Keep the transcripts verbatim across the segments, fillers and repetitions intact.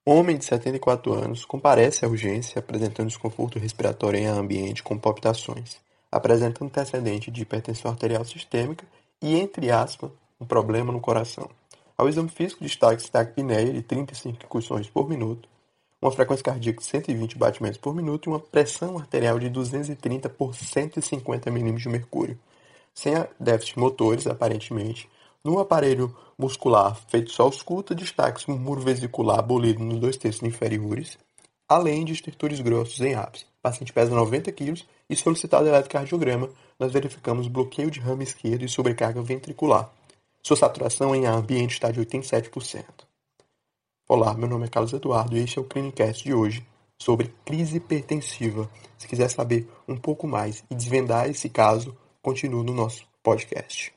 Homem de setenta e quatro anos comparece à urgência apresentando desconforto respiratório em ambiente com palpitações, apresenta antecedente de hipertensão arterial sistêmica e, entre aspas, um problema no coração. Ao exame físico destaca-se taquipneia de trinta e cinco incursões por minuto, uma frequência cardíaca de cento e vinte batimentos por minuto e uma pressão arterial de duzentos e trinta por cento e cinquenta milímetros de mercúrio. Sem déficits motores, aparentemente, no aparelho muscular feito só ausculta, destaca-se um muro vesicular abolido nos dois terços inferiores, além de estertores grossos em ápice. O paciente pesa noventa quilos e, solicitado eletrocardiograma, nós verificamos bloqueio de ramo esquerdo e sobrecarga ventricular. Sua saturação em ar ambiente está de oitenta e sete por cento. Olá, meu nome é Carlos Eduardo e este é o Clinicast de hoje sobre crise hipertensiva. Se quiser saber um pouco mais e desvendar esse caso, continue no nosso podcast.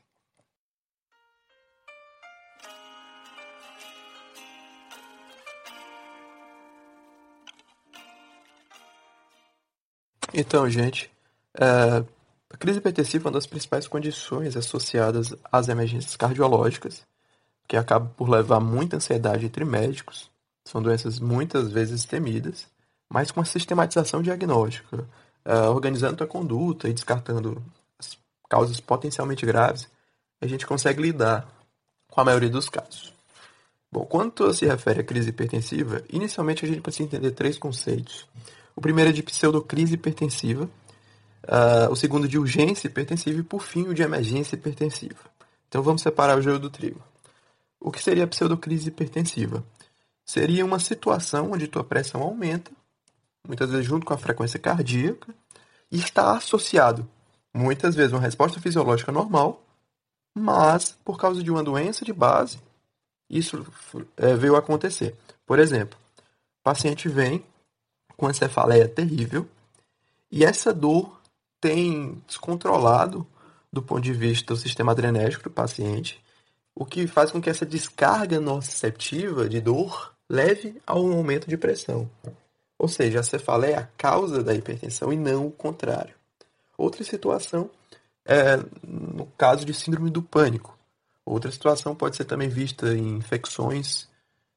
Então, gente, é, a crise hipertensiva é uma das principais condições associadas às emergências cardiológicas, que acaba por levar muita ansiedade entre médicos. São doenças muitas vezes temidas, mas com a sistematização diagnóstica, é, organizando a conduta e descartando as causas potencialmente graves, a gente consegue lidar com a maioria dos casos. Bom, quando se refere à crise hipertensiva, inicialmente a gente precisa entender três conceitos. O primeiro é de pseudocrise hipertensiva, uh, o segundo de urgência hipertensiva e, por fim, o de emergência hipertensiva. Então, vamos separar o joio do trigo. O que seria a pseudocrise hipertensiva? Seria uma situação onde tua pressão aumenta, muitas vezes junto com a frequência cardíaca, e está associado, muitas vezes, a uma resposta fisiológica normal, mas, por causa de uma doença de base, isso é, veio a acontecer. Por exemplo, o paciente vem com uma cefaleia terrível, e essa dor tem descontrolado do ponto de vista do sistema adrenérgico do paciente, o que faz com que essa descarga nociceptiva de dor leve a um aumento de pressão. Ou seja, a cefaleia é a causa da hipertensão e não o contrário. Outra situação é no caso de síndrome do pânico. Outra situação pode ser também vista em infecções.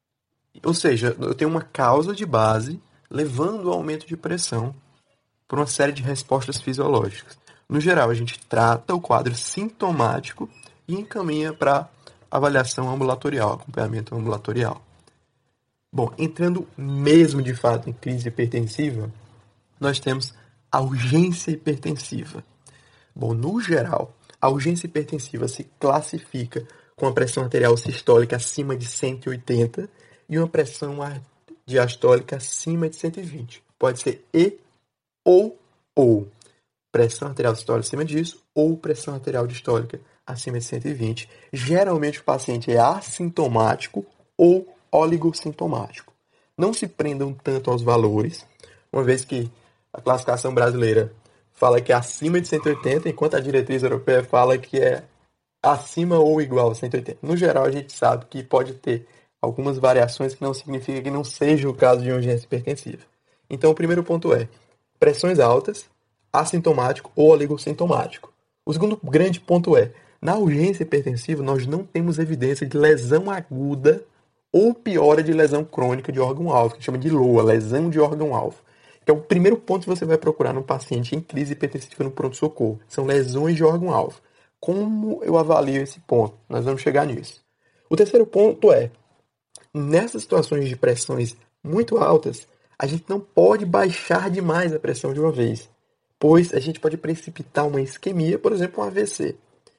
Ou seja, eu tenho uma causa de base levando ao aumento de pressão por uma série de respostas fisiológicas. No geral, a gente trata o quadro sintomático e encaminha para avaliação ambulatorial, acompanhamento ambulatorial. Bom, entrando mesmo de fato em crise hipertensiva, nós temos a urgência hipertensiva. Bom, no geral, a urgência hipertensiva se classifica com a pressão arterial sistólica acima de cento e oitenta e uma pressão diastólica acima de cento e vinte. Pode ser e ou ou. Pressão arterial sistólica acima disso ou pressão arterial distólica acima de cento e vinte. Geralmente o paciente é assintomático ou oligossintomático. Não se prendam tanto aos valores, uma vez que a classificação brasileira fala que é acima de cento e oitenta, enquanto a diretriz europeia fala que é acima ou igual a cento e oitenta. No geral, a gente sabe que pode ter algumas variações que não significa que não seja o caso de urgência hipertensiva. Então, o primeiro ponto é pressões altas, assintomático ou oligossintomático. O segundo grande ponto é, na urgência hipertensiva, nós não temos evidência de lesão aguda ou piora de lesão crônica de órgão-alvo, que a gente chama de L O A, lesão de órgão-alvo. Que é o primeiro ponto que você vai procurar no paciente em crise hipertensiva no pronto-socorro. São lesões de órgão-alvo. Como eu avalio esse ponto? Nós vamos chegar nisso. O terceiro ponto é, nessas situações de pressões muito altas, a gente não pode baixar demais a pressão de uma vez, pois a gente pode precipitar uma isquemia, por exemplo, um A V C.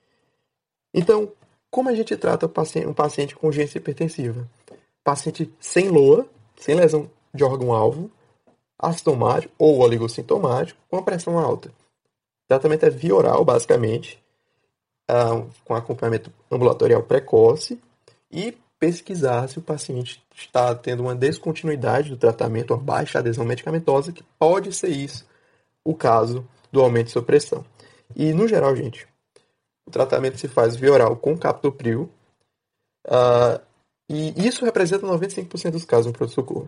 Então, como a gente trata um paciente com urgência hipertensiva? Paciente sem L O A, sem lesão de órgão-alvo, assintomático ou oligossintomático, com a pressão alta. O tratamento é via oral, basicamente, uh, com acompanhamento ambulatorial precoce e pesquisar se o paciente está tendo uma descontinuidade do tratamento, uma baixa adesão medicamentosa, que pode ser isso o caso do aumento de sua pressão. E, no geral, gente, o tratamento se faz via oral com captopril, uh, e isso representa noventa e cinco por cento dos casos no pronto-socorro.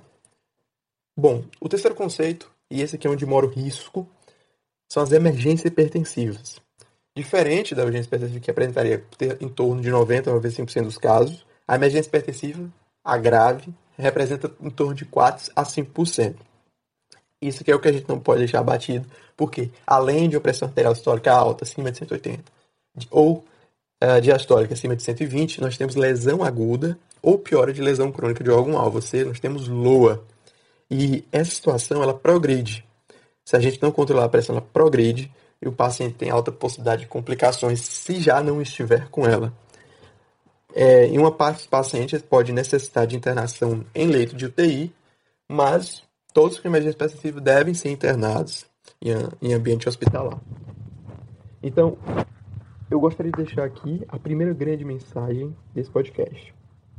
Bom, o terceiro conceito, e esse aqui é onde mora o risco, são as emergências hipertensivas. Diferente da urgência hipertensiva, que apresentaria ter em torno de noventa a noventa e cinco por cento dos casos, a emergência hipertensiva, a grave, representa em torno de quatro a cinco por cento. Isso que é o que a gente não pode deixar batido, porque além de uma pressão arterial sistólica alta, acima de cento e oitenta, ou uh, diastólica acima de cento e vinte, nós temos lesão aguda ou piora de lesão crônica de órgão-alvo, ou seja, nós temos L O A. E essa situação, ela progride. Se a gente não controlar a pressão, ela progride e o paciente tem alta possibilidade de complicações se já não estiver com ela. É, em uma parte dos pacientes pode necessitar de internação em leito de U T I, mas todos com emergência perceptível devem ser internados em, em ambiente hospitalar. Então, eu gostaria de deixar aqui a primeira grande mensagem desse podcast.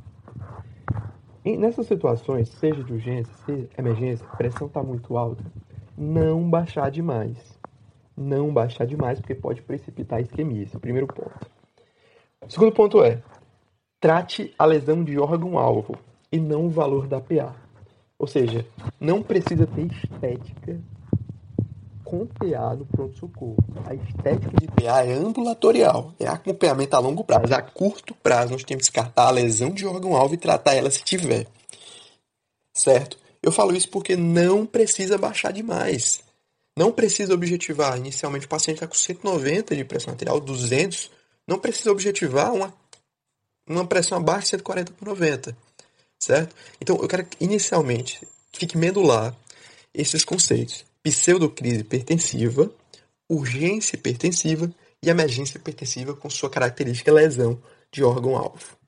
E nessas situações, seja de urgência, seja emergência, a pressão está muito alta, não baixar demais. Não baixar demais, porque pode precipitar a isquemia. Esse é o primeiro ponto. O segundo ponto é, trate a lesão de órgão-alvo e não o valor da P A. Ou seja, não precisa ter estética com P A no pronto-socorro. A estética de P A é ambulatorial, é acompanhamento a longo prazo. A curto prazo, nós temos que descartar a lesão de órgão-alvo e tratar ela se tiver. Certo? Eu falo isso porque não precisa baixar demais. Não precisa objetivar. Inicialmente, o paciente está com cento e noventa de pressão arterial, duzentos. Não precisa objetivar uma, uma pressão abaixo de cento e quarenta por noventa. Certo? Então, eu quero que, inicialmente, fique medular esses conceitos. Pseudocrise hipertensiva, urgência hipertensiva e emergência hipertensiva com sua característica lesão de órgão-alvo.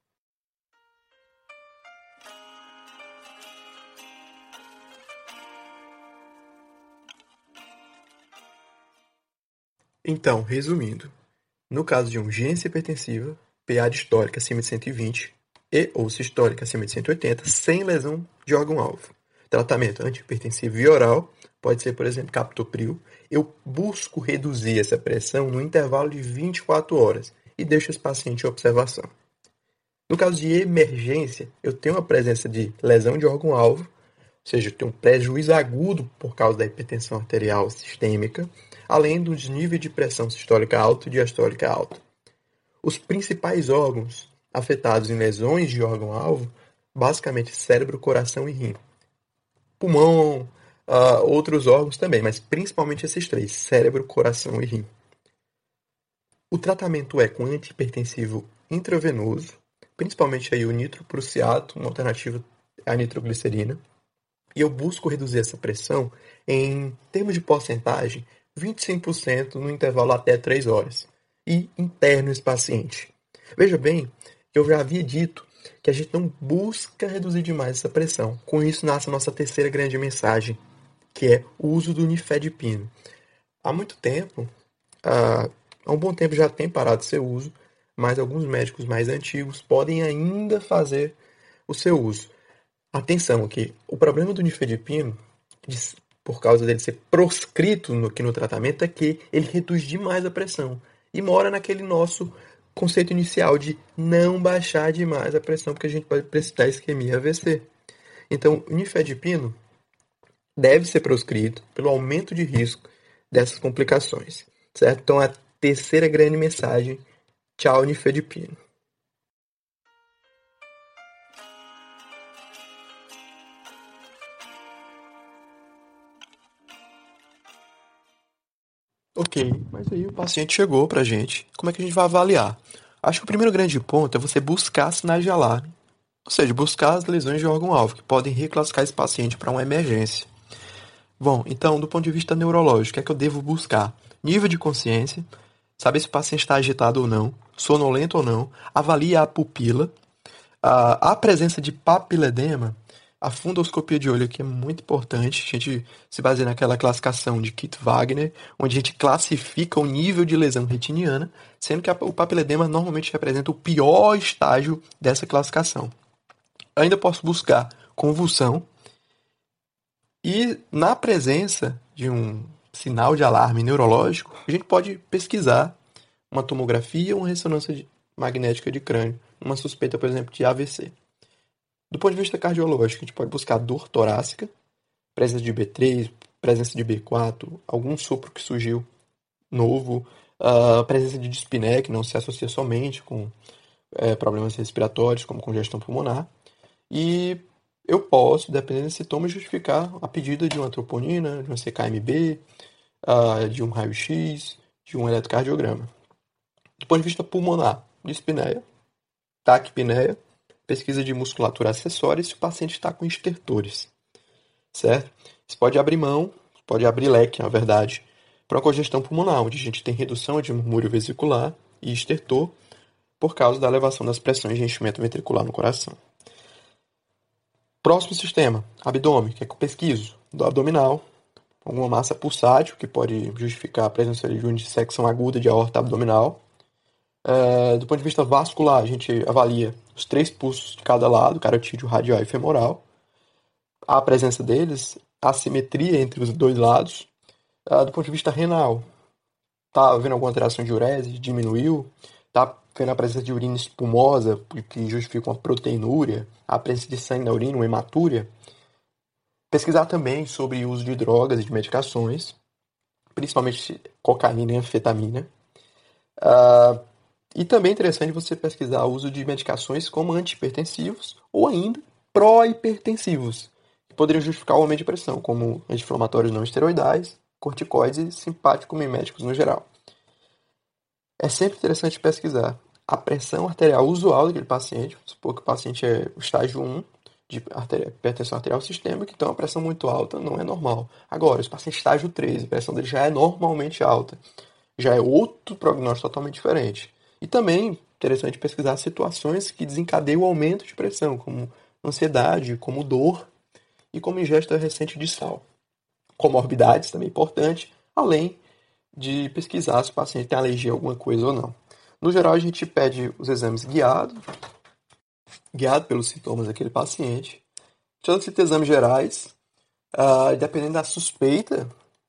Então, resumindo, no caso de urgência hipertensiva, P A distólica acima de cento e vinte e ou sistólica acima de cento e oitenta, sem lesão de órgão-alvo. Tratamento antihipertensivo e oral pode ser, por exemplo, captopril. Eu busco reduzir essa pressão no intervalo de vinte e quatro horas e deixo esse paciente em observação. No caso de emergência, eu tenho a presença de lesão de órgão-alvo, ou seja, eu tenho um prejuízo agudo por causa da hipertensão arterial sistêmica, além do nível de pressão sistólica alto e diastólica alto. Os principais órgãos afetados em lesões de órgão-alvo, basicamente cérebro, coração e rim. Pulmão, uh, outros órgãos também, mas principalmente esses três, cérebro, coração e rim. O tratamento é com antihipertensivo intravenoso, principalmente aí o nitroprussiato, uma alternativa é a nitroglicerina. E eu busco reduzir essa pressão em termos de porcentagem, vinte e cinco por cento no intervalo até três horas. E interno esse paciente. Veja bem, eu já havia dito que a gente não busca reduzir demais essa pressão. Com isso nasce a nossa terceira grande mensagem, que é o uso do nifedipino. Há muito tempo, há um bom tempo já tem parado de ser uso, mas alguns médicos mais antigos podem ainda fazer o seu uso. Atenção aqui, o problema do nifedipino, por causa dele ser proscrito no, aqui no tratamento, é que ele reduz demais a pressão. E mora naquele nosso conceito inicial de não baixar demais a pressão, porque a gente pode precipitar isquemia A V C. Então, o nifedipino deve ser proscrito pelo aumento de risco dessas complicações. Certo? Então, a terceira grande mensagem, tchau nifedipino. Ok, mas aí o paciente chegou pra gente. Como é que a gente vai avaliar? Acho que o primeiro grande ponto é você buscar sinais de alarme. Ou seja, buscar as lesões de órgão-alvo, que podem reclassificar esse paciente para uma emergência. Bom, então, do ponto de vista neurológico, o que é que eu devo buscar? Nível de consciência, saber se o paciente está agitado ou não, sonolento ou não, avaliar a pupila, a, a presença de papiledema. A fundoscopia de olho aqui é muito importante. A gente se baseia naquela classificação de Kitt-Wagner, onde a gente classifica o nível de lesão retiniana, sendo que a, o papiledema normalmente representa o pior estágio dessa classificação. Ainda posso buscar convulsão e, na presença de um sinal de alarme neurológico, a gente pode pesquisar uma tomografia ou uma ressonância magnética de crânio, uma suspeita, por exemplo, de A V C. Do ponto de vista cardiológico, a gente pode buscar dor torácica, presença de B três, presença de B quatro, algum sopro que surgiu novo, a presença de dispneia, que não se associa somente com é, problemas respiratórios, como congestão pulmonar. E eu posso, dependendo dos sintomas, justificar a pedida de uma troponina, de uma C K M B, uh, de um raio-x, de um eletrocardiograma. Do ponto de vista pulmonar, dispneia, taquipneia, pesquisa de musculatura acessória se o paciente está com estertores, certo? Isso pode abrir mão, pode abrir leque, na verdade, para uma congestão pulmonar, onde a gente tem redução de murmúrio vesicular e estertor por causa da elevação das pressões de enchimento ventricular no coração. Próximo sistema, abdômen, que é que eu pesquiso do abdominal, alguma massa pulsátil, que pode justificar a presença de uma dissecção aguda de aorta abdominal. É, do ponto de vista vascular, a gente avalia os três pulsos de cada lado, carotídeo, radial e femoral. A presença deles, a simetria entre os dois lados. É, do ponto de vista renal, tá havendo alguma alteração de urese, diminuiu. Tá vendo a presença de urina espumosa, que justifica uma proteinúria, a presença de sangue na urina, uma hematúria. Pesquisar também sobre o uso de drogas e de medicações, principalmente cocaína e anfetamina. Uh, e também é interessante você pesquisar o uso de medicações como antihipertensivos ou ainda pró-hipertensivos, que poderiam justificar o aumento de pressão, como anti-inflamatórios não esteroidais, corticoides e simpático-miméticos no geral. É sempre interessante pesquisar a pressão arterial usual daquele paciente, supor que o paciente é o estágio um de hipertensão arterial sistêmica, então a pressão muito alta não é normal. Agora, se o paciente estágio três, a pressão dele já é normalmente alta, já é outro prognóstico totalmente diferente. E também interessante pesquisar situações que desencadeiam o aumento de pressão, como ansiedade, como dor e como ingesta recente de sal. Comorbidades também é importante, além de pesquisar se o paciente tem alergia a alguma coisa ou não. No geral, a gente pede os exames guiados, guiado pelos sintomas daquele paciente. Solicita exames gerais, uh, dependendo da suspeita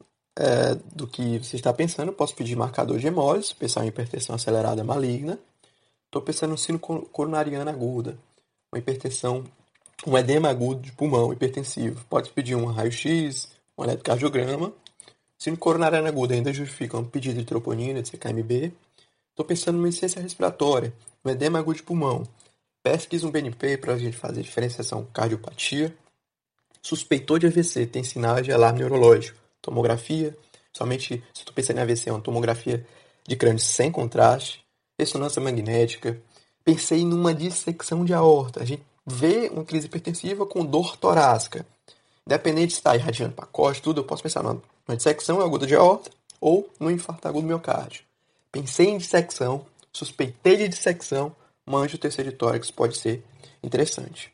é, do que você está pensando, eu posso pedir marcador de hemólise, pensar em hipertensão acelerada maligna. Estou pensando em sino coronariana aguda, uma hipertensão, um edema agudo de pulmão hipertensivo. Pode pedir um raio-x, um eletrocardiograma. Sino coronariana aguda ainda justifica um pedido de troponina, de C K M B. Estou pensando numa insuficiência respiratória, um edema agudo de pulmão. Pesquisa um B N P para a gente fazer diferenciação cardiopatia. Suspeitou de A V C, tem sinais de alarme neurológico. Tomografia, somente se tu pensar em A V C, é uma tomografia de crânio sem contraste. Ressonância magnética. Pensei numa dissecção de aorta. A gente vê uma crise hipertensiva com dor torácica. Independente se está irradiando pacote, tudo, eu posso pensar numa dissecção aguda de aorta ou no infarto agudo do miocárdio. Pensei em dissecção, suspeitei de dissecção, uma angioterceira de tórax pode ser interessante.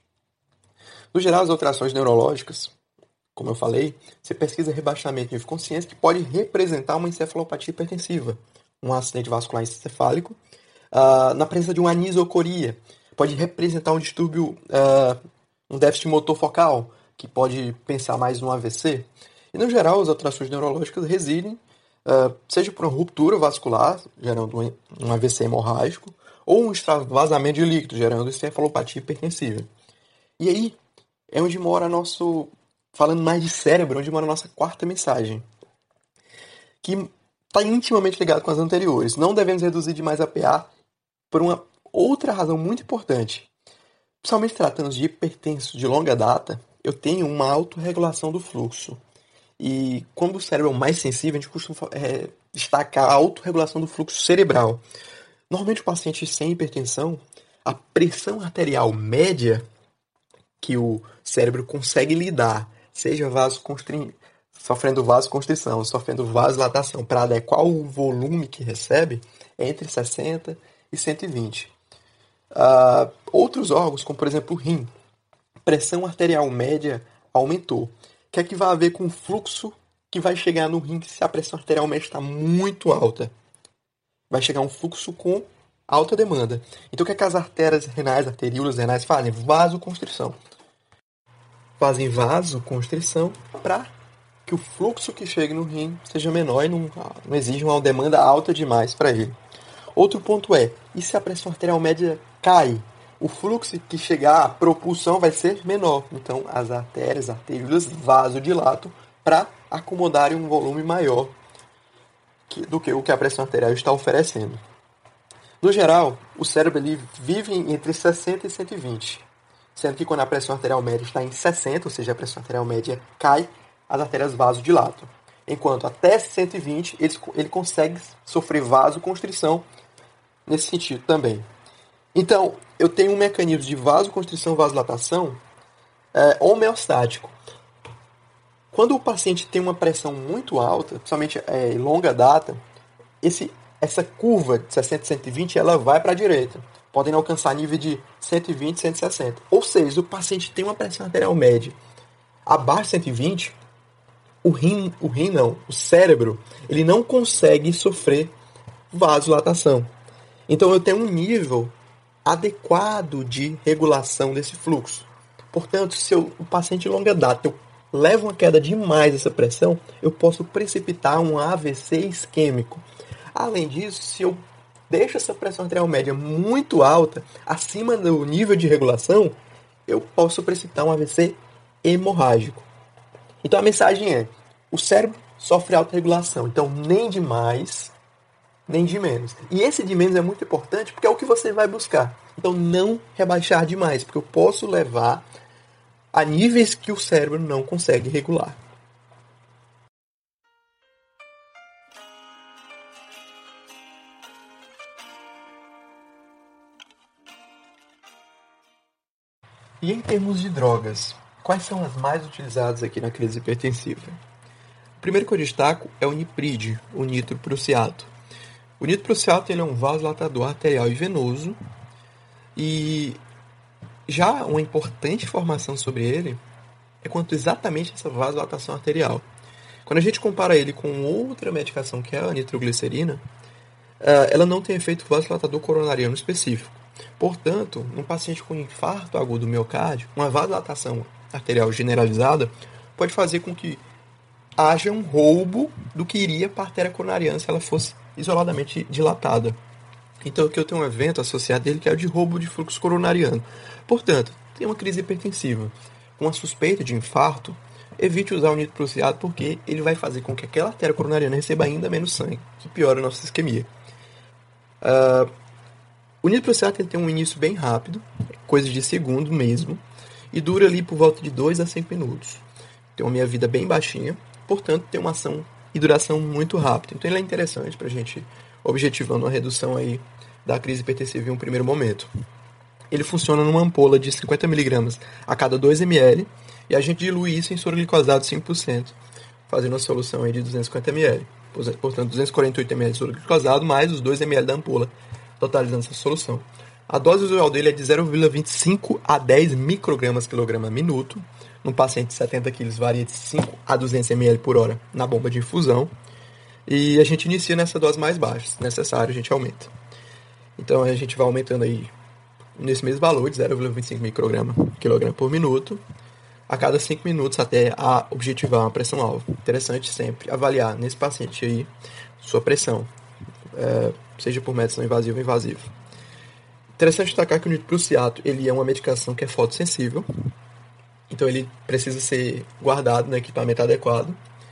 No geral, as alterações neurológicas, como eu falei, você pesquisa rebaixamento de consciência que pode representar uma encefalopatia hipertensiva, um acidente vascular encefálico, uh, na presença de uma anisocoria, pode representar um distúrbio, uh, um déficit motor focal, que pode pensar mais no A V C. E, no geral, as alterações neurológicas residem, uh, seja por uma ruptura vascular, gerando um, um A V C hemorrágico, ou um extravasamento de líquido, gerando encefalopatia hipertensiva. E aí, é onde mora nosso, falando mais de cérebro, onde mora a nossa quarta mensagem, que está intimamente ligado com as anteriores. Não devemos reduzir demais a P A por uma outra razão muito importante. Principalmente tratando de hipertensos de longa data, eu tenho uma autorregulação do fluxo. E quando o cérebro é mais sensível, a gente costuma é, destacar a autorregulação do fluxo cerebral. Normalmente o paciente sem hipertensão, a pressão arterial média que o cérebro consegue lidar, seja vasoconstri... sofrendo vasoconstrição, sofrendo vasodilatação, para adequar o volume que recebe, é entre sessenta e cento e vinte. Uh, outros órgãos, como por exemplo o rim, pressão arterial média aumentou. O que é que vai haver com o fluxo que vai chegar no rim se a pressão arterial média está muito alta? Vai chegar um fluxo com alta demanda. Então o que é que as artérias renais, arteríolas renais fazem? Vasoconstrição. Fazem vasoconstrição para que o fluxo que chega no rim seja menor e não, não exija uma demanda alta demais para ele. Outro ponto é, e se a pressão arterial média cai? O fluxo que chegar, a propulsão vai ser menor. Então as artérias, arteríolas vasodilatam para acomodarem um volume maior do que o que a pressão arterial está oferecendo. No geral, o cérebro ele vive entre sessenta e cento e vinte. sendo que quando a pressão arterial média está em sessenta, ou seja, a pressão arterial média cai, as artérias vasodilatam. Enquanto até cento e vinte, ele, ele consegue sofrer vasoconstrição nesse sentido também. Então, eu tenho um mecanismo de vasoconstrição e vasodilatação é, homeostático. Quando o paciente tem uma pressão muito alta, principalmente é, em longa data, esse, essa curva de sessenta a cento e vinte ela vai para a direita. Podem alcançar nível de cento e vinte, cento e sessenta. Ou seja, o paciente tem uma pressão arterial média abaixo de cento e vinte, o rim, o rim não, o cérebro, ele não consegue sofrer vasodilatação. Então eu tenho um nível adequado de regulação desse fluxo. Portanto, se eu, o paciente de longa data eu levo uma queda demais dessa pressão, eu posso precipitar um A V C isquêmico. Além disso, se eu deixo essa pressão arterial média muito alta, acima do nível de regulação, eu posso precipitar um A V C hemorrágico. Então a mensagem é, o cérebro sofre autorregulação, então nem de mais, nem de menos. E esse de menos é muito importante porque é o que você vai buscar. Então não rebaixar demais, porque eu posso levar a níveis que o cérebro não consegue regular. E em termos de drogas, quais são as mais utilizadas aqui na crise hipertensiva? O primeiro que eu destaco é o Nipride, o nitroprusiato. O nitroprusiato ele é um vasodilatador arterial e venoso, e já uma importante informação sobre ele é quanto exatamente essa vasodilatação arterial. Quando a gente compara ele com outra medicação, que é a nitroglicerina, ela não tem efeito vasodilatador coronariano específico. Portanto, num paciente com infarto agudo do miocárdio, uma vasodilatação arterial generalizada pode fazer com que haja um roubo do que iria para a artéria coronariana se ela fosse isoladamente dilatada. Então, aqui eu tenho um evento associado dele que é o de roubo de fluxo coronariano. Portanto, tem uma crise hipertensiva com uma suspeita de infarto, evite usar o nitroprusiato porque ele vai fazer com que aquela artéria coronariana receba ainda menos sangue, que piora a nossa isquemia. Uh, o nitroprusiato tem um início bem rápido, coisa de segundo mesmo, e dura ali por volta de dois a cinco minutos. Tem uma meia-vida bem baixinha, portanto tem uma ação e duração muito rápida. Então ele é interessante para a gente objetivando uma redução aí da crise hipertensiva em um primeiro momento. Ele funciona numa ampola de cinquenta miligramas a cada dois mililitros e a gente dilui isso em soro glicosado cinco por cento, fazendo uma solução aí de duzentos e cinquenta mililitros. Portanto, duzentos e quarenta e oito mililitros de soro glicosado mais os dois mililitros da ampola, totalizando essa solução. A dose usual dele é de zero vírgula vinte e cinco a dez microgramas quilograma minuto. Num paciente de setenta quilos varia de cinco a duzentos mililitros por hora na bomba de infusão. E a gente inicia nessa dose mais baixa. Se necessário, a gente aumenta. Então a gente vai aumentando aí nesse mesmo valor de zero vírgula vinte e cinco microgramas quilograma por minuto a cada cinco minutos até a objetivar uma pressão-alvo. Interessante sempre avaliar nesse paciente aí sua pressão, é, seja por medição invasiva ou invasiva. Interessante destacar que o nitroprusiato ele é uma medicação que é fotossensível, então ele precisa ser guardado no equipamento adequado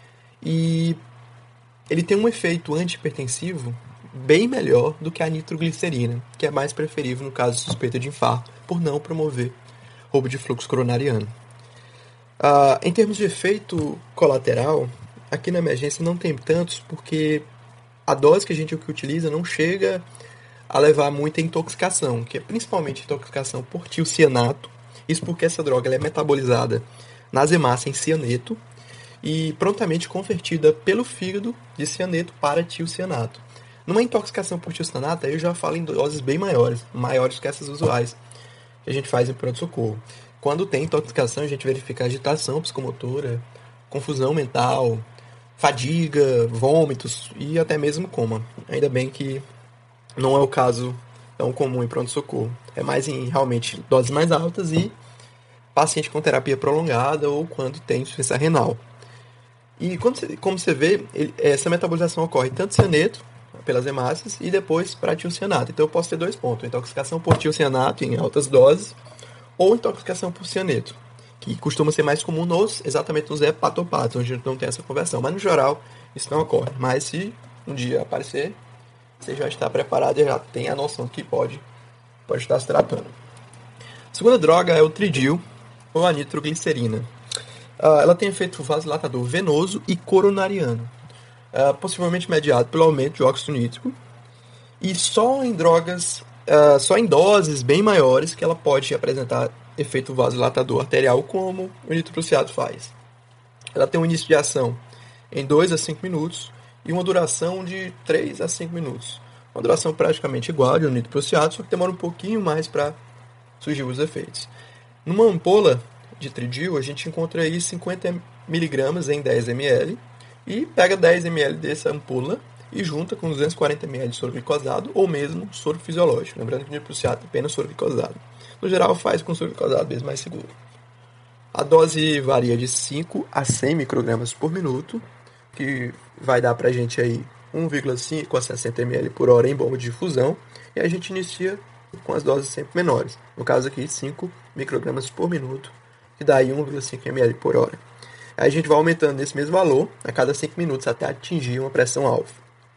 e ele tem um efeito antihipertensivo bem melhor do que a nitroglicerina, que é mais preferível no caso de suspeita de infarto, por não promover roubo de fluxo coronariano. Ah, em termos de efeito colateral, aqui na emergência não tem tantos, porque a dose que a gente utiliza não chega a levar muita intoxicação, que é principalmente intoxicação por tiocianato. Isso porque essa droga ela é metabolizada nas hemácias em cianeto e prontamente convertida pelo fígado de cianeto para tiocianato. Numa intoxicação por tiocianato, aí eu já falo em doses bem maiores, maiores que essas usuais que a gente faz em pronto-socorro. Quando tem intoxicação, a gente verifica agitação psicomotora, confusão mental, fadiga, vômitos e até mesmo coma. Ainda bem que não é o caso tão comum em pronto-socorro. É mais em realmente doses mais altas e paciente com terapia prolongada ou quando tem insuficiência renal. E quando você, como você vê, ele, essa metabolização ocorre tanto cianeto, pelas hemácias, e depois para tiocianato. Então eu posso ter dois pontos: intoxicação por tiocianato em altas doses ou intoxicação por cianeto, que costuma ser mais comum nos, exatamente nos hepatopatos, onde a gente não tem essa conversão. Mas no geral isso não ocorre. Mas se um dia aparecer, você já está preparado e já tem a noção que pode, pode estar se tratando. segunda droga é o tridil, ou a nitroglicerina. Uh, ela tem efeito vasodilatador venoso e coronariano, uh, possivelmente mediado pelo aumento de óxido nítrico, e só em drogas, uh, só em doses bem maiores que ela pode apresentar efeito vasodilatador arterial, como o nitroprusiato faz. Ela tem um início de ação em dois a cinco minutos e uma duração de três a cinco minutos. Uma duração praticamente igual ao nitroprusiato, só que demora um pouquinho mais para surgir os efeitos. Numa ampola de tridil, a gente encontra aí cinquenta miligramas em dez mililitros e pega dez mililitros dessa ampola e junta com duzentos e quarenta mililitros de soro glicosado ou mesmo soro fisiológico. Lembrando que o nitroprusiato é apenas soro glicosado. No geral, faz com soro glicosado mesmo mais seguro. A dose varia de cinco a cem microgramas por minuto, que vai dar pra gente aí um vírgula cinco a sessenta mililitros por hora em bomba de difusão, e a gente inicia com as doses sempre menores. No caso aqui, cinco microgramas por minuto, que dá aí um vírgula cinco mililitros por hora. Aí a gente vai aumentando nesse mesmo valor a cada cinco minutos até atingir uma pressão alfa.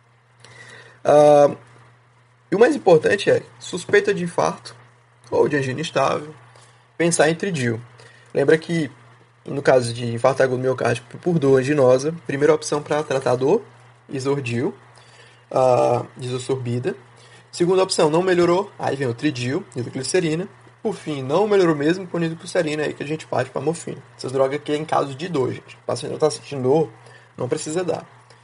Uh, e o mais importante é suspeita de infarto ou de angina instável, pensar em tridil. Lembra que, no caso de infarto agudo miocárdico por dor anginosa, primeira opção para tratar dor, isordil, uh, disosorbida. Segunda opção, não melhorou, aí vem o tridil, nitroglicerina. Por fim, não melhorou mesmo com nitroglicerina, aí que a gente parte para morfina. Essas drogas aqui é em caso de dor, gente. O paciente não está sentindo dor, não precisa dar.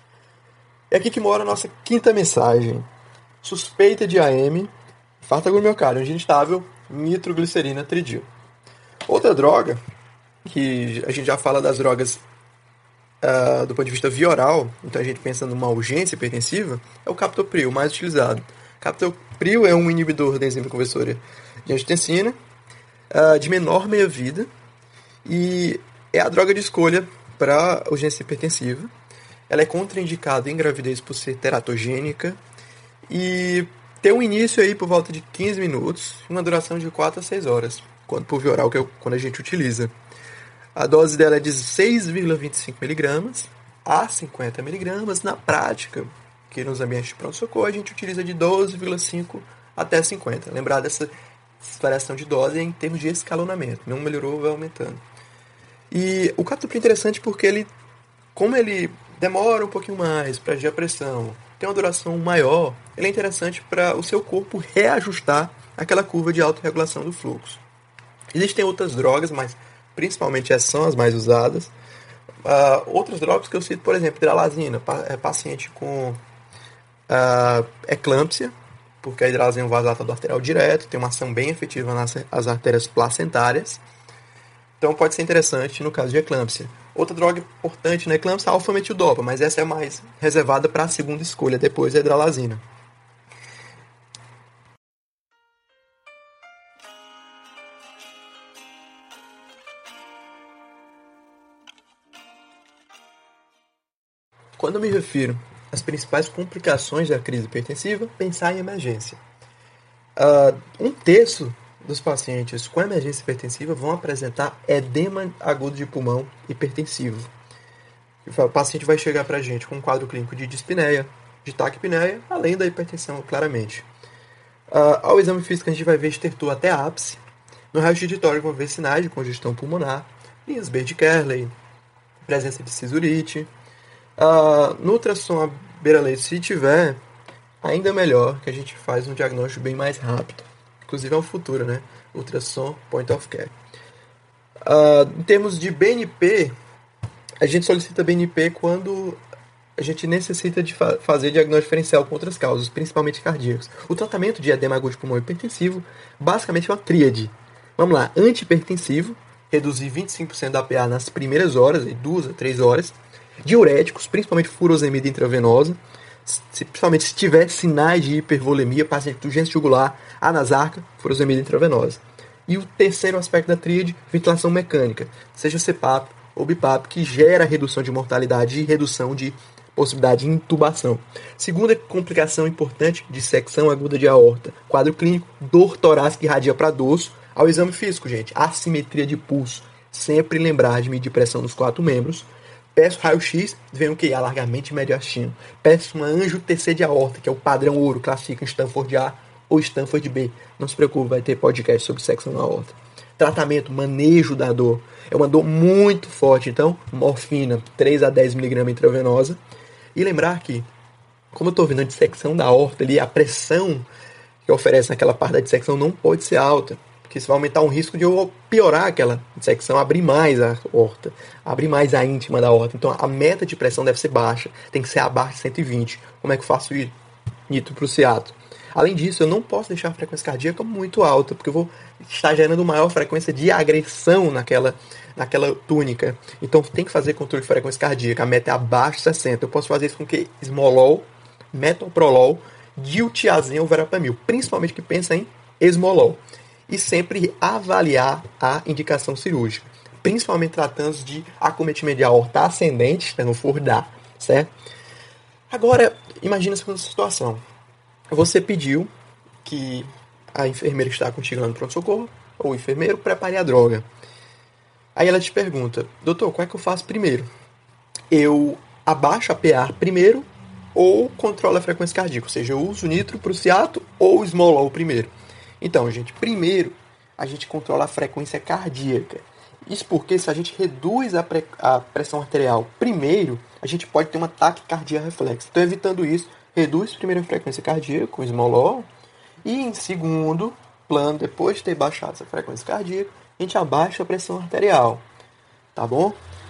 É aqui que mora a nossa quinta mensagem. Suspeita de A M, infarto agudo miocárdio, angina instável, nitroglicerina, tridil. Outra droga, que a gente já fala das drogas uh, do ponto de vista via-oral, então a gente pensa numa urgência hipertensiva, é o captopril, mais utilizado. Captopril é um inibidor da enzima conversora de angiotensina, uh, de menor meia-vida, e é a droga de escolha para urgência hipertensiva. Ela é contraindicada em gravidez por ser teratogênica e tem um início aí por volta de quinze minutos e uma duração de quatro a seis horas, quando por via oral, que é quando a gente utiliza. A dose dela é de seis vírgula vinte e cinco miligramas a cinquenta miligramas. Na prática, que nos ambientes de pronto-socorro, a gente utiliza de doze vírgula cinco até cinquenta. Lembrar dessa variação de dose em termos de escalonamento. Não melhorou, vai aumentando. E o captopril é interessante porque ele, como ele demora um pouquinho mais para agir a pressão, tem uma duração maior, ele é interessante para o seu corpo reajustar aquela curva de autorregulação do fluxo. Existem outras drogas, mas principalmente essas são as mais usadas. Uh, outras drogas que eu cito, por exemplo, hidralazina, é paciente com uh, eclâmpsia, porque a hidralazina é um vasodilatador arterial direto, tem uma ação bem efetiva nas as artérias placentárias. Então pode ser interessante no caso de eclâmpsia. Outra droga importante na eclâmpsia é a alfa-metildopa, mas essa é mais reservada para a segunda escolha, depois da hidralazina. Quando eu me refiro às principais complicações da crise hipertensiva, pensar em emergência. Uh, um terço dos pacientes com emergência hipertensiva vão apresentar edema agudo de pulmão hipertensivo. O paciente vai chegar para a gente com um quadro clínico de dispneia, de taquipneia, além da hipertensão, claramente. Uh, ao exame físico, a gente vai ver estertor até ápice. No raio-x de tórax, vamos ver sinais de congestão pulmonar, linhas Baird-Kerley, presença de cisurite. Uh, no ultrassom à beira-leito, se tiver, ainda melhor, que a gente faz um diagnóstico bem mais rápido. Inclusive é um futuro, né? Ultrassom point of care. Uh, em termos de B N P, a gente solicita B N P quando a gente necessita de fa- fazer diagnóstico diferencial com outras causas, principalmente cardíacos. O tratamento de edema agudo de pulmão hipertensivo basicamente é uma tríade. Vamos lá, antihipertensivo, reduzir vinte e cinco por cento da A P A nas primeiras horas, duas a três horas. Diuréticos, principalmente furosemida intravenosa, se, principalmente se tiver sinais de hipervolemia, paciente de urgência jugular, anasarca, furosemida intravenosa. E o terceiro aspecto da tríade, ventilação mecânica, seja C PAP ou B PAP, que gera redução de mortalidade e redução de possibilidade de intubação. Segunda complicação importante, dissecção aguda de aorta. Quadro clínico, dor torácica irradia para dorso. Ao exame físico, gente, assimetria de pulso. Sempre lembrar de medir pressão nos quatro membros. Peço raio-x, vem o que? Alargamento mediastino. Peço uma anjo T C de aorta, que é o padrão ouro, classifica em Stanford A ou Stanford B. Não se preocupe, vai ter podcast sobre sexo na aorta. Tratamento, manejo da dor. É uma dor muito forte, então morfina, três a dez miligramas intravenosa. E lembrar que, como eu estou vendo a dissecção da aorta ali, a pressão que oferece naquela parte da dissecção não pode ser alta, porque isso vai aumentar o risco de eu piorar aquela dissecção, abrir mais a aorta, abrir mais a íntima da aorta. Então a meta de pressão deve ser baixa, tem que ser abaixo de cento e vinte. Como é que eu faço isso? Nitroprusiato. Além disso, eu não posso deixar a frequência cardíaca muito alta, porque eu vou estar gerando maior frequência de agressão naquela, naquela túnica. Então tem que fazer controle de frequência cardíaca. A meta é abaixo de sessenta. Eu posso fazer isso com que esmolol, metoprolol, diltiazem ou verapamil, principalmente que pensa em esmolol. E sempre avaliar a indicação cirúrgica, principalmente tratando de acometimento de aorta ascendente, né, no for dar, certo? Agora, imagina a segunda situação. Você pediu que a enfermeira que está contigo lá no pronto-socorro, ou o enfermeiro, prepare a droga. Aí ela te pergunta, doutor, qual é que eu faço primeiro? Eu abaixo a P A primeiro ou controlo a frequência cardíaca? Ou seja, eu uso nitroprusiato ou esmolol primeiro? Então, gente, primeiro a gente controla a frequência cardíaca. Isso porque se a gente reduz a, pre- a pressão arterial primeiro, a gente pode ter um ataque cardíaco reflexo. Então, evitando isso, reduz primeiro a frequência cardíaca com esmolol. E em segundo plano, depois de ter baixado essa frequência cardíaca, a gente abaixa a pressão arterial. Tá bom?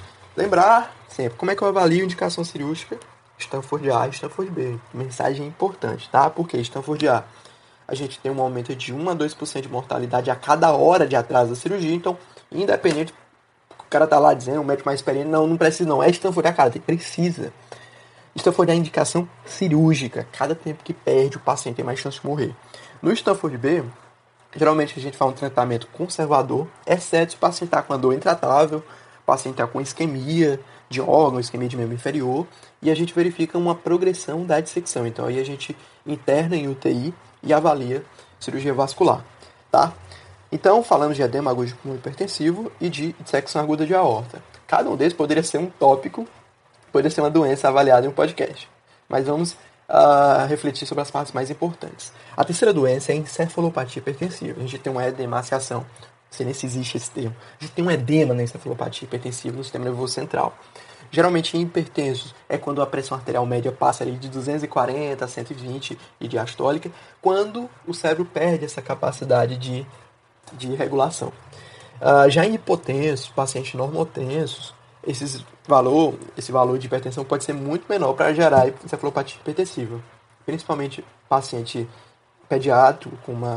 Lembrar sempre, como é que eu avalio indicação cirúrgica? Stanford A e Stanford B. Mensagem importante, tá? Porque Stanford A, a gente tem um aumento de um a dois por cento de mortalidade a cada hora de atraso da cirurgia. Então, independente, o cara tá lá dizendo, o médico mais experiente, não, não precisa não. É Stanford A, cara, tem, precisa. Stanford A é indicação cirúrgica. Cada tempo que perde, o paciente tem mais chance de morrer. No Stanford B, geralmente a gente faz um tratamento conservador, exceto se o paciente está com a dor intratável, o paciente está com isquemia de órgão, isquemia de membro inferior, e a gente verifica uma progressão da dissecção. Então aí a gente interna em U T I e avalia cirurgia vascular, tá? Então, falando de edema agudo pulmão hipertensivo e de dissecção aguda de aorta. Cada um deles poderia ser um tópico, poderia ser uma doença avaliada em um podcast. Mas vamos uh, refletir sobre as partes mais importantes. A terceira doença é a encefalopatia hipertensiva. A gente tem uma edemaciação. Não sei nem se existe esse termo. A gente tem um edema na encefalopatia hipertensiva no sistema nervoso central. Geralmente em hipertensos é quando a pressão arterial média passa ali de duzentos e quarenta a cento e vinte e diastólica, quando o cérebro perde essa capacidade de, de regulação. Uh, já em hipotensos, pacientes normotensos, esses valor, esse valor de hipertensão pode ser muito menor para gerar encefalopatia hipertensiva. Principalmente paciente pediátrico com uma,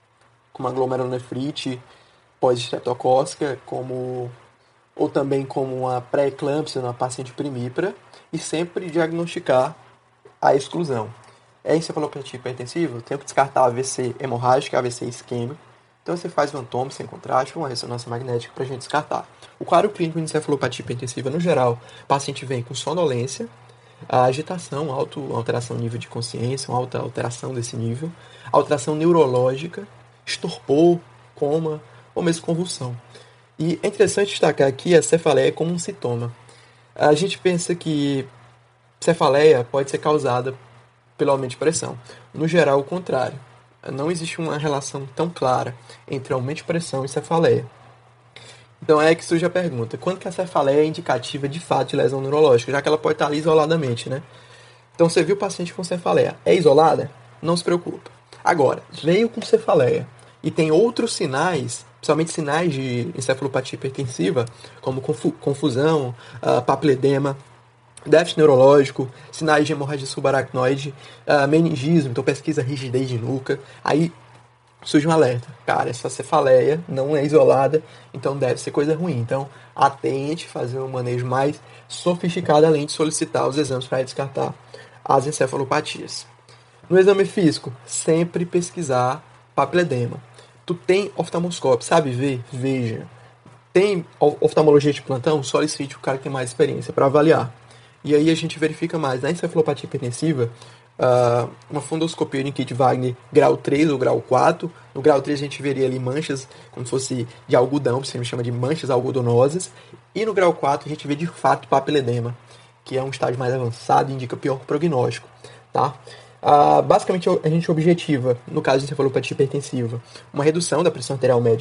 com uma glomerulonefrite pós-estreptocócica, como ou também como uma pré-eclâmpsia na paciente primípara, e sempre diagnosticar a exclusão. É encefalopatia hipertensiva? Tem que descartar A V C hemorrágico, A V C isquêmico. Então você faz um antômio sem contraste ou uma ressonância magnética para a gente descartar. O quadro clínico de encefalopatia hipertensiva, no geral, o paciente vem com sonolência, a agitação, alta alteração no nível de consciência, uma alta alteração desse nível, alteração neurológica, estorpor, coma ou mesmo convulsão. E é interessante destacar aqui a cefaleia como um sintoma. A gente pensa que cefaleia pode ser causada pelo aumento de pressão. No geral, o contrário. Não existe uma relação tão clara entre aumento de pressão e cefaleia. Então é que surge a pergunta, quando que a cefaleia é indicativa de fato de lesão neurológica, já que ela pode estar ali isoladamente, né? Então você viu o paciente com cefaleia, é isolada? Não se preocupa. Agora, veio com cefaleia e tem outros sinais, principalmente sinais de encefalopatia hipertensiva, como confusão, uh, papiledema, déficit neurológico, sinais de hemorragia subaracnoide, uh, meningismo, então pesquisa rigidez de nuca, aí surge um alerta. Cara, essa cefaleia não é isolada, então deve ser coisa ruim. Então, atente, fazer um manejo mais sofisticado, além de solicitar os exames para descartar as encefalopatias. No exame físico, sempre pesquisar papiledema. Tu tem oftalmoscópio, sabe ver? Veja. Tem oftalmologia de plantão? Solicite o cara que tem mais experiência para avaliar. E aí a gente verifica mais. Na encefalopatia hipertensiva, uh, uma fundoscopia de kit Wagner grau três ou grau quatro. No grau três a gente veria ali manchas como se fosse de algodão, você me chama de manchas algodonosas. E no grau quatro a gente vê de fato papiledema, que é um estágio mais avançado e indica pior prognóstico. Tá? Uh, basicamente a gente objetiva, no caso de encefalopatia hipertensiva, uma redução da pressão arterial média,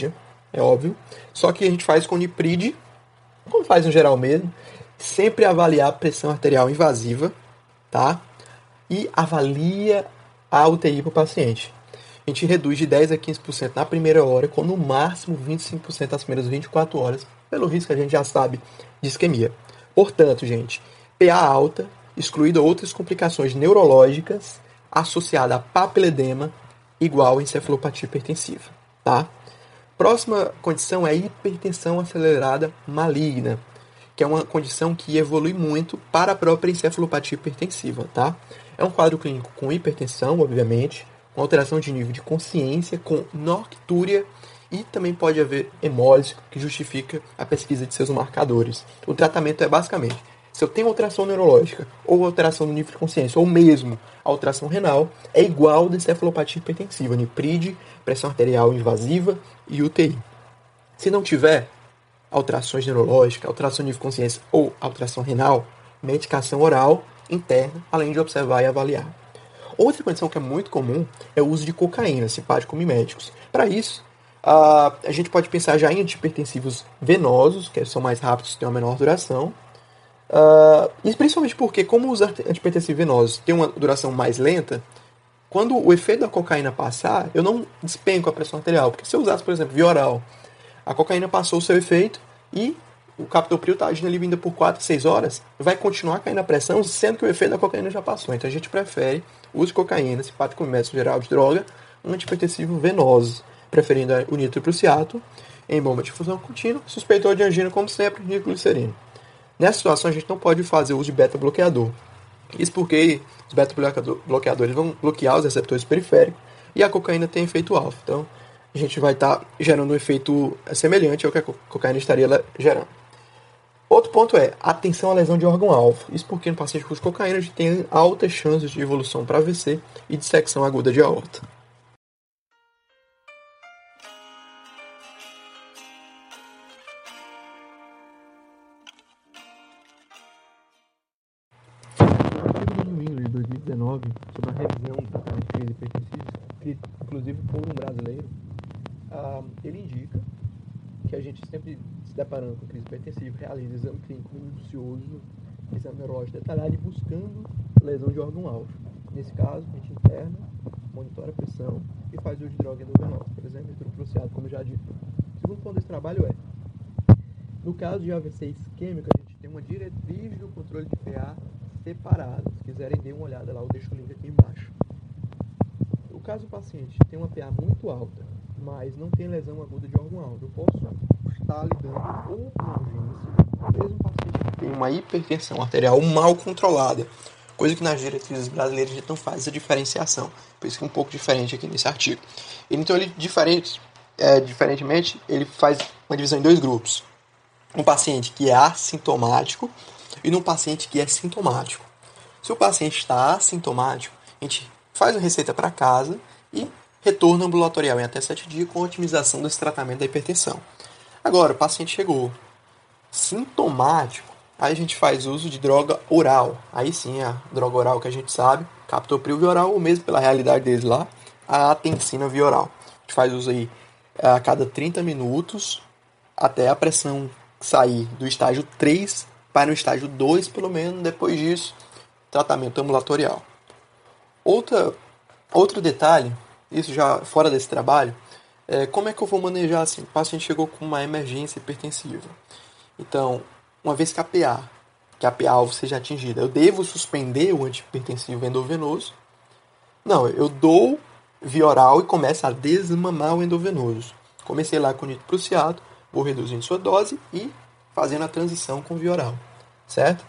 é óbvio. Só que a gente faz com Nipride, como faz no geral mesmo, sempre avaliar a pressão arterial invasiva, tá? E avalia a U T I para o paciente. A gente reduz de dez a quinze por cento na primeira hora, com no máximo vinte e cinco por cento nas primeiras vinte e quatro horas, pelo risco que a gente já sabe de isquemia. Portanto, gente, P A alta, excluída outras complicações neurológicas associadas a papiledema, igual a encefalopatia hipertensiva, tá? Próxima condição é a hipertensão acelerada maligna, que é uma condição que evolui muito para a própria encefalopatia hipertensiva, tá? É um quadro clínico com hipertensão, obviamente, com alteração de nível de consciência, com noctúria e também pode haver hemólise, que justifica a pesquisa de seus marcadores. O tratamento é basicamente, se eu tenho alteração neurológica, ou alteração do nível de consciência, ou mesmo alteração renal, é igual da encefalopatia hipertensiva, Nipride, pressão arterial invasiva e U T I. Se não tiver alterações neurológicas, alteração do nível de consciência ou alteração renal, medicação oral interna, além de observar e avaliar. Outra condição que é muito comum é o uso de cocaína, simpático miméticos. Para isso, uh, a gente pode pensar já em antihipertensivos venosos, que são mais rápidos e têm uma menor duração. Uh, e principalmente porque, como os antihipertensivos venosos têm uma duração mais lenta, quando o efeito da cocaína passar, eu não despenco a pressão arterial. Porque se eu usasse, por exemplo, via oral, a cocaína passou o seu efeito e o captopril está agindo ali ainda por quatro, seis horas, vai continuar caindo a pressão, sendo que o efeito da cocaína já passou. Então a gente prefere o uso de cocaína, simpático mimético geral de droga, um antihipertensivo venoso, preferindo o nitroprusiato em bomba de difusão contínua, suspeitou de angina, como sempre, nitroglicerina. Nessa situação, a gente não pode fazer uso de beta-bloqueador. Isso porque os beta-bloqueadores vão bloquear os receptores periféricos e a cocaína tem efeito alfa. Então, a gente vai estar tá gerando um efeito semelhante ao que a cocaína estaria gerando. Outro ponto é atenção à lesão de órgão-alvo. Isso porque no paciente com cocaína a gente tem altas chances de evolução para A V C e dissecção aguda de aorta. De dois mil e dezenove, sobre a revisão do tratamento de crise hipertensiva, escrito inclusive por um brasileiro, uh, ele indica que a gente sempre se deparando com crise hipertensiva, realiza exame clínico minucioso, exame neurológico detalhado e buscando lesão de órgão-alvo. Nesse caso, a gente interna, monitora a pressão e faz uso de droga endovenosa, por exemplo, nitroprusiato, como já disse. O segundo ponto desse trabalho é, no caso de A V C isquêmico, a gente tem uma diretriz do controle de P A separada. Se quiserem, dêem uma olhada lá, eu deixo o link aqui embaixo. No caso do paciente tem uma P A muito alta, mas não tem lesão aguda de órgão-alvo, eu posso estar lidando ou com urgência, mesmo paciente que tem uma hipertensão arterial mal controlada, coisa que nas diretrizes brasileiras a gente não faz essa diferenciação, por isso que é um pouco diferente aqui nesse artigo. Então, ele, diferente, é, diferentemente, ele faz uma divisão em dois grupos. Um paciente que é assintomático e num paciente que é sintomático. Se o paciente está assintomático, a gente faz uma receita para casa e retorno ambulatorial em até sete dias com a otimização desse tratamento da hipertensão. Agora, o paciente chegou sintomático, aí a gente faz uso de droga oral. Aí sim, a droga oral que a gente sabe, captopril via oral, ou mesmo pela realidade deles lá, a atensina via oral. A gente faz uso aí a cada trinta minutos até a pressão sair do estágio três para o estágio dois, pelo menos. Depois disso, tratamento ambulatorial. Outra, outro detalhe, isso já fora desse trabalho, é como é que eu vou manejar assim? O paciente chegou com uma emergência hipertensiva. Então, uma vez que a P A, que a P A-alvo seja atingida, eu devo suspender o antihipertensivo endovenoso? Não, eu dou via oral e começo a desmamar o endovenoso. Comecei lá com nitroprusiato, vou reduzindo sua dose e fazendo a transição com via oral, certo?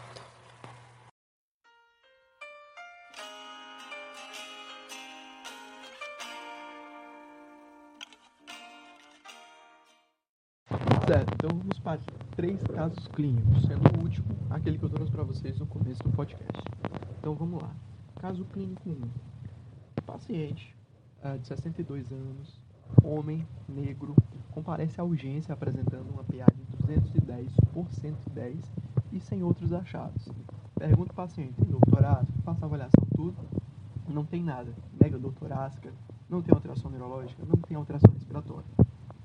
Certo, então vamos para três casos clínicos, sendo o último aquele que eu trouxe para vocês no começo do podcast. Então vamos lá. Caso clínico um. Paciente uh, de sessenta e dois anos, homem, negro, comparece à urgência apresentando uma P A de duzentos e dez por cento e dez e sem outros achados. Pergunta ao paciente, tem dor torácica? Faça a avaliação, tudo. Não tem nada. Nega dor torácica, não tem alteração neurológica, não tem alteração respiratória.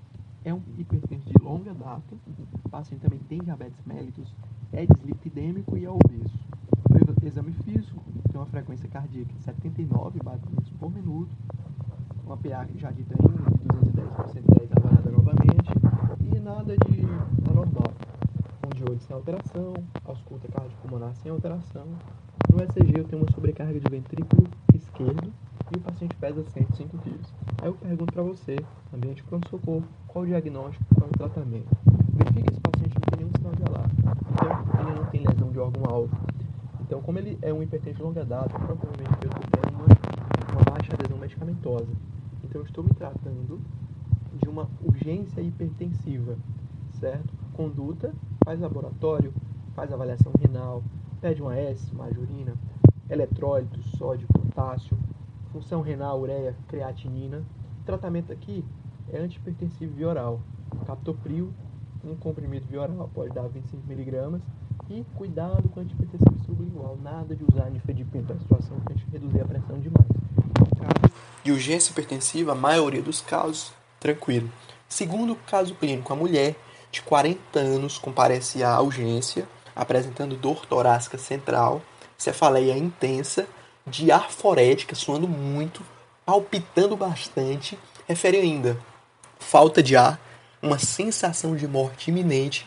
É um hipertenso de longa data. O paciente também tem diabetes mellitus, é dislipidêmico e é obeso. O exame físico tem uma frequência cardíaca de setenta e nove batimentos por minuto, uma P A já de duzentos e dez por cento dez avaliada novamente e nada de anormal. Um de olho sem alteração, ausculta cardiopulmonar sem alteração. No E C G eu tenho uma sobrecarga de ventrículo esquerdo e o paciente pesa cento e cinco quilos. Aí eu pergunto para você, ambiente de pronto-socorro, qual o diagnóstico, qual o tratamento? Verifique que esse paciente não tem nenhum sinal de alarme, então ele não tem lesão de órgão-alvo. Então, como ele é um hipertenso de longa data, provavelmente eu estou tendo uma, uma baixa adesão medicamentosa. Então, eu estou me tratando de uma urgência hipertensiva, certo? Conduta, faz laboratório, faz avaliação renal, pede uma S, uma urina, eletrólitos, sódio, potássio, função renal, ureia, creatinina. O tratamento aqui é antihipertensivo via oral. Captopril, um comprimido via oral, pode dar vinte e cinco miligramas. E cuidado com antihipertensivo sublingual. Nada de usar nifedipino para a situação que a gente reduzir a pressão demais. Caso de urgência hipertensiva, a maioria dos casos, tranquilo. Segundo caso clínico, a mulher de quarenta anos comparece à urgência, apresentando dor torácica central, cefaleia intensa, diaforética, suando muito, palpitando bastante, refere ainda falta de ar, uma sensação de morte iminente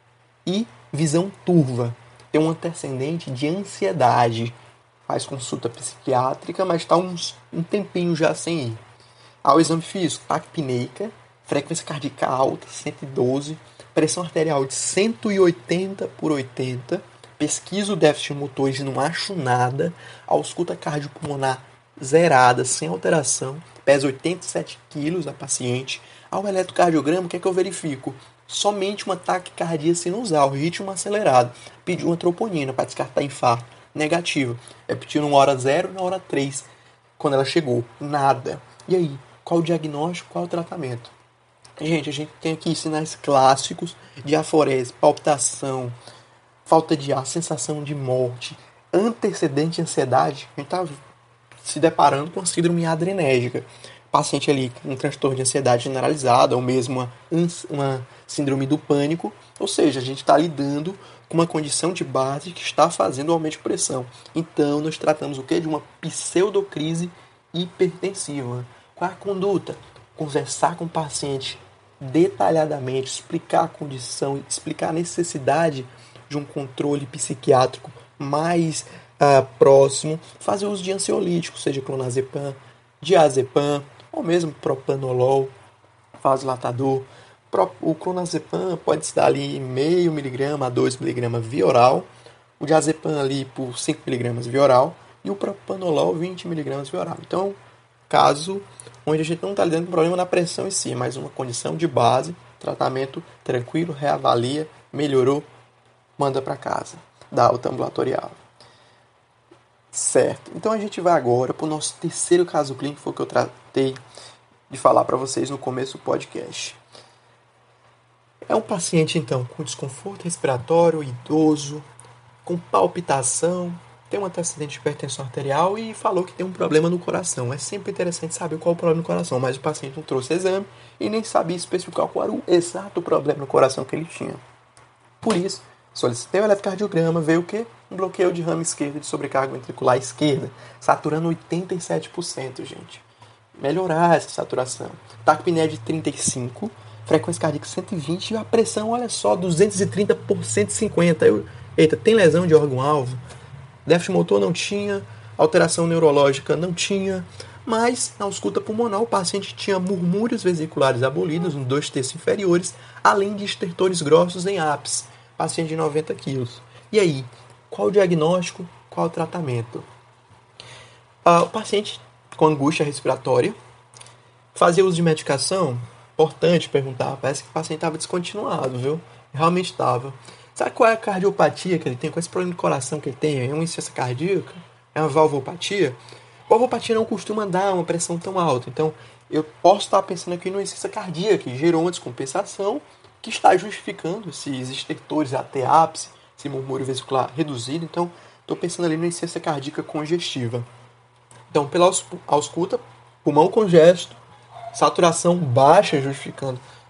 e visão turva. Tem um antecedente de ansiedade. Faz consulta psiquiátrica, mas está uns, um tempinho já sem ir. Ao exame físico, taquipneica, frequência cardíaca alta, cento e doze, pressão arterial de cento e oitenta por oitenta, pesquisa o déficit motor e não acho nada, ausculta cardiopulmonar zerada, sem alteração, pesa oitenta e sete quilos a paciente. Ao eletrocardiograma, o que é que eu verifico? Somente uma taquicardia sinusal, ritmo acelerado. Pediu uma troponina para descartar infarto. Negativo. Repetiu na hora zero na hora três, quando ela chegou. Nada. E aí? Qual o diagnóstico? Qual o tratamento? Gente, a gente tem aqui sinais clássicos de aforese, palpitação, falta de ar, sensação de morte, antecedente de ansiedade. A gente está se deparando com a síndrome adrenérgica. Paciente ali com um transtorno de ansiedade generalizada ou mesmo uma, uma síndrome do pânico. Ou seja, a gente está lidando com uma condição de base que está fazendo o aumento de pressão. Então, nós tratamos o quê? De uma pseudocrise hipertensiva. Qual é a conduta? Conversar com o paciente detalhadamente, explicar a condição, explicar a necessidade de um controle psiquiátrico mais uh, próximo, fazer uso de ansiolíticos, seja clonazepam, diazepam, ou mesmo propanolol, vasodilatador. O clonazepam pode se dar ali meio miligrama a dois miligramas via oral, o diazepam ali por cinco miligramas via oral e o propanolol vinte miligramas via oral. Então, caso onde a gente não está lidando com problema na pressão em si, mas uma condição de base, tratamento tranquilo, reavalia, melhorou, manda para casa, da alta ambulatorial. Certo, então a gente vai agora para o nosso terceiro caso clínico, que foi o que eu tratei de falar para vocês no começo do podcast. É um paciente, então, com desconforto respiratório, idoso, com palpitação, tem um antecedente de hipertensão arterial e falou que tem um problema no coração. É sempre interessante saber qual é o problema no coração, mas o paciente não trouxe exame e nem sabia especificar qual era o exato problema no coração que ele tinha. Por isso, solicitei o eletrocardiograma, veio o quê? Um bloqueio de ramo esquerdo de sobrecarga ventricular esquerda, saturando oitenta e sete por cento, gente. Melhorar essa saturação. Taquipneia de trinta e cinco, frequência cardíaca cento e vinte e a pressão, olha só, duzentos e trinta por cento e cinquenta. Eu, eita, tem lesão de órgão-alvo? Déficit motor não tinha, alteração neurológica não tinha, mas na ausculta pulmonar o paciente tinha murmúrios vesiculares abolidos nos dois terços inferiores, além de estertores grossos em ápice. Paciente de noventa quilos. E aí, qual o diagnóstico, qual o tratamento? Ah, o paciente com angústia respiratória fazia uso de medicação? Importante perguntar, parece que o paciente estava descontinuado, viu? Realmente estava. Sabe qual é a cardiopatia que ele tem? Qual é esse problema de coração que ele tem? É uma insuficiência cardíaca? É uma valvopatia? Valvopatia não costuma dar uma pressão tão alta. Então, eu posso estar pensando aqui numa insuficiência cardíaca que gerou uma descompensação que está justificando esses estertores até ápice, esse murmúrio vesicular reduzido. Então, estou pensando ali numa insuficiência cardíaca congestiva. Então, pela ausculta, pulmão congesto, saturação baixa, justificando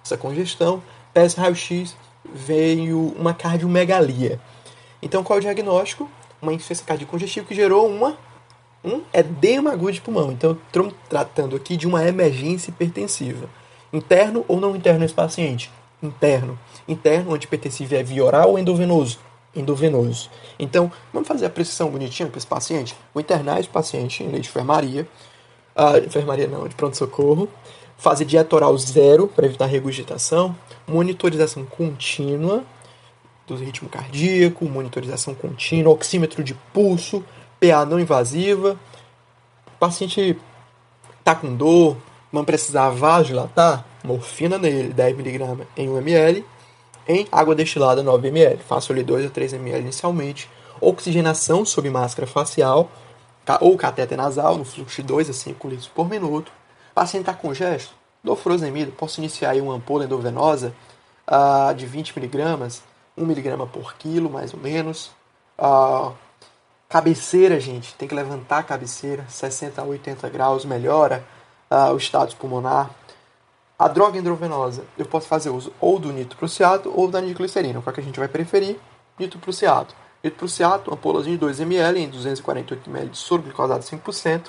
essa congestão, teste raio-x, veio uma cardiomegalia. Então, qual é o diagnóstico? Uma insuficiência cardíaca congestiva que gerou uma, um edema agudo de pulmão. Então, estamos tratando aqui de uma emergência hipertensiva. Interno ou não interno nesse paciente? Interno. Interno, antihipertensivo é via oral ou endovenoso? Endovenoso. Então, vamos fazer a prescrição bonitinha para esse paciente? Vou internar esse paciente em leite de enfermaria. Ah, enfermaria não, de pronto-socorro. Fazer dieta oral zero para evitar regurgitação. Monitorização contínua do ritmo cardíaco, monitorização contínua, oxímetro de pulso, P A não invasiva. O paciente está com dor, vamos precisar vasodilatar, morfina nele, dez miligramas em um mililitro, em água destilada nove mililitros. Faço ali dois a três mililitros inicialmente. Oxigenação sob máscara facial ou catéter nasal no fluxo de dois a cinco litros por minuto. O paciente está com gesto, dor furosemida, posso iniciar aí uma ampola endovenosa uh, de vinte miligramas, um miligrama por quilo, mais ou menos. Uh, cabeceira, gente, tem que levantar a cabeceira, sessenta a oitenta graus, melhora uh, o status pulmonar. A droga endovenosa, eu posso fazer uso ou do nitroprusiato ou da nitroglicerina. Qual que a gente vai preferir? Nitroprusiato. Nitroprusiato, ampolazinha de dois mililitros em duzentos e quarenta e oito mililitros de soro glicosado cinco por cento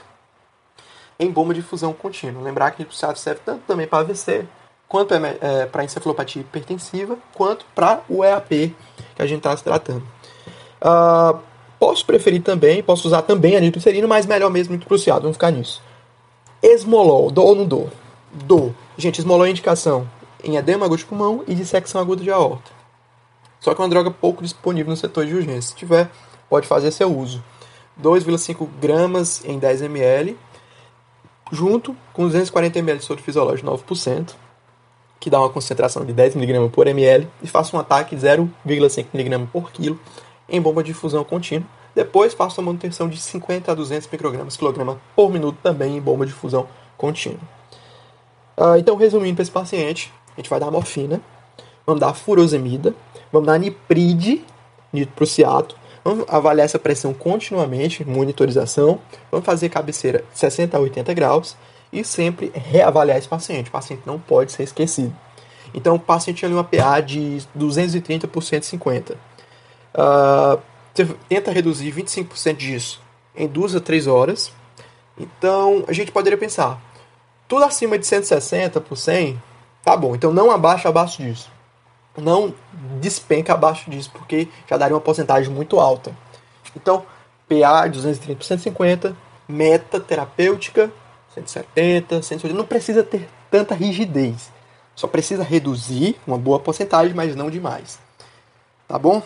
em bomba de fusão contínua. Lembrar que o nitroprusiato serve tanto também para A V C, quanto é, é, para encefalopatia hipertensiva, quanto para o E A P que a gente está se tratando. Uh, posso preferir também, posso usar também a nitroglicerina, mas melhor mesmo nitroprusiato, vamos ficar nisso. Esmolol, dou ou não dou? Dou. Gente, esmolol é indicação em edema agudo de pulmão e dissecção aguda de aorta. Só que é uma droga pouco disponível no setor de urgência. Se tiver, pode fazer seu uso. dois vírgula cinco gramas em dez mililitros, junto com duzentos e quarenta mililitros de soro fisiológico nove por cento, que dá uma concentração de dez miligramas por ml, e faço um ataque de zero vírgula cinco miligramas por quilo em bomba de difusão contínua. Depois faço a manutenção de cinquenta a duzentos microgramas quilograma por minuto também em bomba de difusão contínua. Uh, então, resumindo para esse paciente, a gente vai dar morfina, vamos dar furosemida, vamos dar nipride, nitroprusiato, vamos avaliar essa pressão continuamente, monitorização, vamos fazer cabeceira sessenta a oitenta graus e sempre reavaliar esse paciente. O paciente não pode ser esquecido. Então, o paciente tinha ali uma P A de duzentos e trinta por cento e cinquenta. Uh, você tenta reduzir vinte e cinco por cento disso em duas a três horas. Então, a gente poderia pensar, tudo acima de cento e sessenta por cem, tá bom. Então, não abaixa abaixo disso. Não despenca abaixo disso, porque já daria uma porcentagem muito alta. Então, P A de duzentos e trinta por cento e cinquenta, meta terapêutica cento e setenta, cento e oitenta. Não precisa ter tanta rigidez. Só precisa reduzir uma boa porcentagem, mas não demais. Tá bom?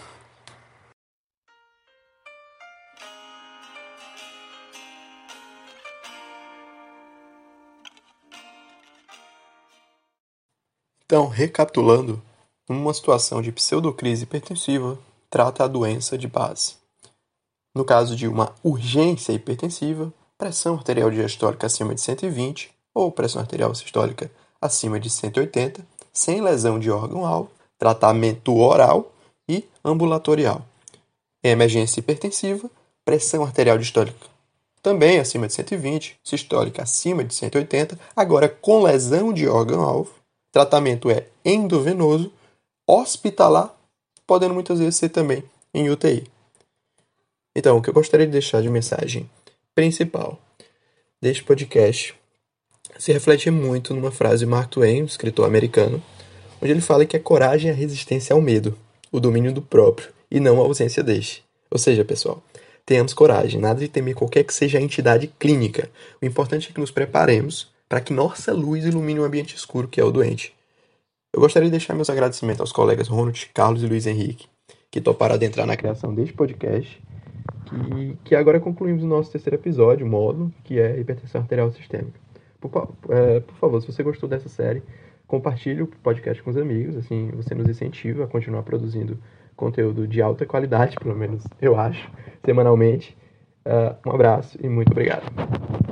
Então, recapitulando, numa situação de pseudocrise hipertensiva, trata a doença de base. No caso de uma urgência hipertensiva, pressão arterial diastólica acima de cento e vinte ou pressão arterial sistólica acima de cento e oitenta, sem lesão de órgão-alvo, tratamento oral e ambulatorial. Em emergência hipertensiva, pressão arterial diastólica também acima de cento e vinte, sistólica acima de cento e oitenta, agora com lesão de órgão-alvo. Tratamento é endovenoso, hospitalar, podendo muitas vezes ser também em U T I. Então, o que eu gostaria de deixar de mensagem principal deste podcast se reflete muito numa frase de Mark Twain, um escritor americano, onde ele fala que a coragem é a resistência ao medo, o domínio do próprio, e não a ausência deste. Ou seja, pessoal, tenhamos coragem, nada de temer qualquer que seja a entidade clínica. O importante é que nos preparemos para que nossa luz ilumine o ambiente escuro que é o doente. Eu gostaria de deixar meus agradecimentos aos colegas Ronald, Carlos e Luiz Henrique, que toparam adentrar na criação deste podcast, que, que agora concluímos o nosso terceiro episódio, o módulo, que é hipertensão arterial sistêmica. Por, é, por favor, se você gostou dessa série, compartilhe o podcast com os amigos, assim você nos incentiva a continuar produzindo conteúdo de alta qualidade, pelo menos eu acho, semanalmente. Uh, um abraço e muito obrigado.